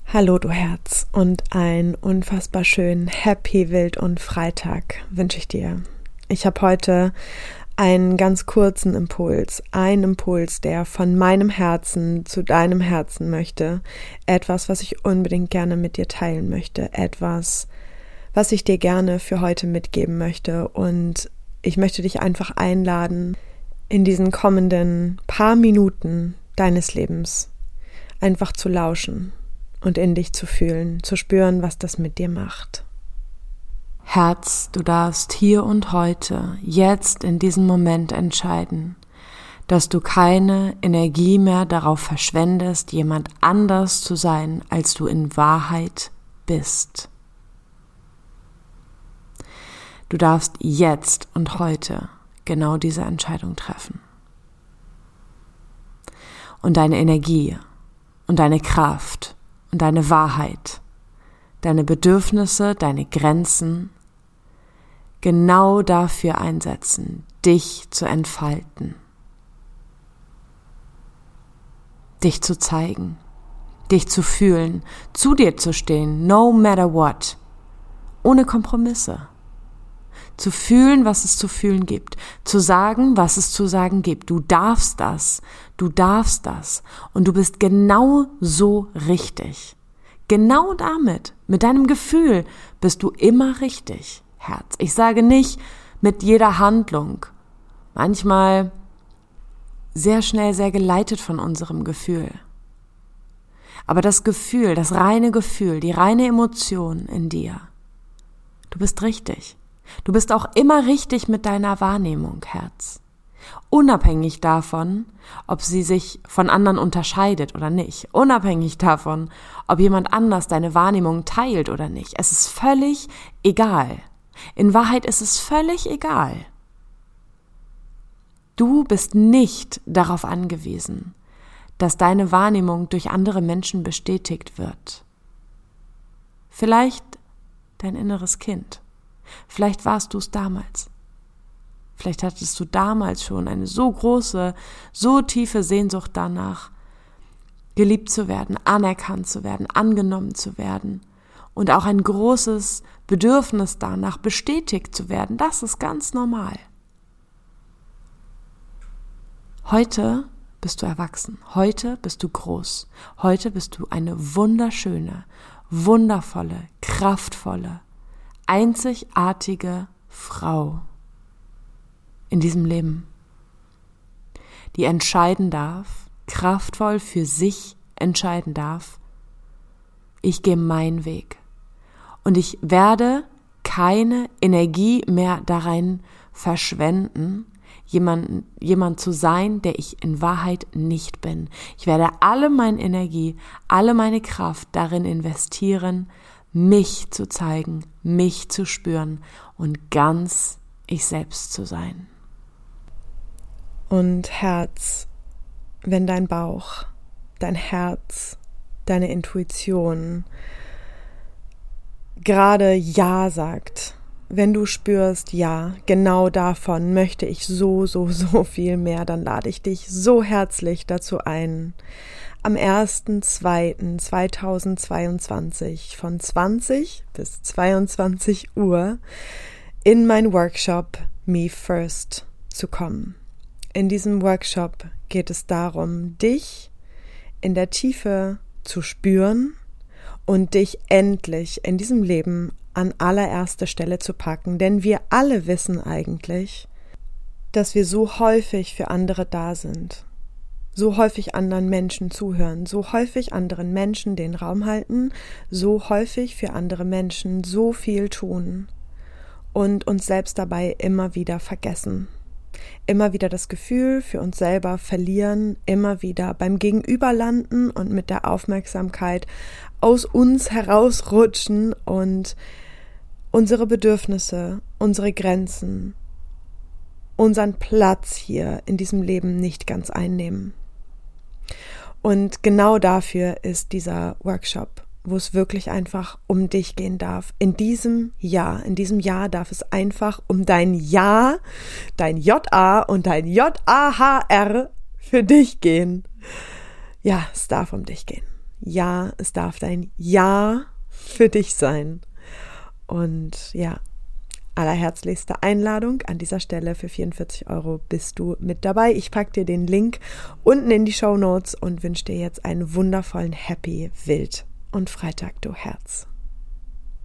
Hallo du Herz und einen unfassbar schönen Happy Wild und Freitag wünsche ich dir. Ich habe heute einen ganz kurzen Impuls, einen Impuls, der von meinem Herzen zu deinem Herzen möchte, etwas, was ich unbedingt gerne mit dir teilen möchte, etwas, was ich dir gerne für heute mitgeben möchte, und ich möchte dich einfach einladen, in diesen kommenden paar Minuten deines Lebens einfach zu lauschen und in dich zu fühlen, zu spüren, was das mit dir macht. Herz, du darfst hier und heute, jetzt in diesem Moment entscheiden, dass du keine Energie mehr darauf verschwendest, jemand anders zu sein, als du in Wahrheit bist. Du darfst jetzt und heute genau diese Entscheidung treffen. Und deine Energie und deine Kraft und deine Wahrheit, deine Bedürfnisse, deine Grenzen genau dafür einsetzen, dich zu entfalten, dich zu zeigen, dich zu fühlen, zu dir zu stehen, no matter what, ohne Kompromisse. Zu fühlen, was es zu fühlen gibt, zu sagen, was es zu sagen gibt. Du darfst das und du bist genau so richtig. Genau damit, mit deinem Gefühl bist du immer richtig, Herz. Ich sage nicht mit jeder Handlung, manchmal sehr schnell, sehr geleitet von unserem Gefühl. Aber das Gefühl, das reine Gefühl, die reine Emotion in dir, du bist richtig. Du bist auch immer richtig mit deiner Wahrnehmung, Herz. Unabhängig davon, ob sie sich von anderen unterscheidet oder nicht. Unabhängig davon, ob jemand anders deine Wahrnehmung teilt oder nicht. Es ist völlig egal. In Wahrheit ist es völlig egal. Du bist nicht darauf angewiesen, dass deine Wahrnehmung durch andere Menschen bestätigt wird. Vielleicht dein inneres Kind. Vielleicht warst du es damals. Vielleicht hattest du damals schon eine so große, so tiefe Sehnsucht danach, geliebt zu werden, anerkannt zu werden, angenommen zu werden und auch ein großes Bedürfnis danach, bestätigt zu werden. Das ist ganz normal. Heute bist du erwachsen. Heute bist du groß. Heute bist du eine wunderschöne, wundervolle, kraftvolle, einzigartige Frau in diesem Leben, die entscheiden darf, kraftvoll für sich entscheiden darf, ich gehe meinen Weg und ich werde keine Energie mehr darein verschwenden, jemand zu sein, der ich in Wahrheit nicht bin. Ich werde alle meine Energie, alle meine Kraft darin investieren, mich zu zeigen, mich zu spüren und ganz ich selbst zu sein. Und Herz, wenn dein Bauch, dein Herz, deine Intuition gerade Ja sagt, wenn du spürst, ja, genau davon möchte ich so viel mehr, dann lade ich dich so herzlich dazu ein, am 1.2.2022 von 20 bis 22 Uhr in mein Workshop Me First zu kommen. In diesem Workshop geht es darum, dich in der Tiefe zu spüren und dich endlich in diesem Leben an allererste Stelle zu packen, denn wir alle wissen eigentlich, dass wir so häufig für andere da sind, so häufig anderen Menschen zuhören, so häufig anderen Menschen den Raum halten, so häufig für andere Menschen so viel tun und uns selbst dabei immer wieder vergessen. Immer wieder das Gefühl für uns selber verlieren, immer wieder beim Gegenüber landen und mit der Aufmerksamkeit aus uns herausrutschen und unsere Bedürfnisse, unsere Grenzen, unseren Platz hier in diesem Leben nicht ganz einnehmen. Und genau dafür ist dieser Workshop, wo es wirklich einfach um dich gehen darf. In diesem Jahr darf es einfach um dein Ja, dein J-A und dein J-A-H-R für dich gehen. Ja, es darf um dich gehen. Ja, es darf dein Ja für dich sein. Und ja, allerherzlichste Einladung an dieser Stelle. Für 44 € bist du mit dabei. Ich packe dir den Link unten in die Shownotes und wünsche dir jetzt einen wundervollen Happy Wild und Freitag, du Herz.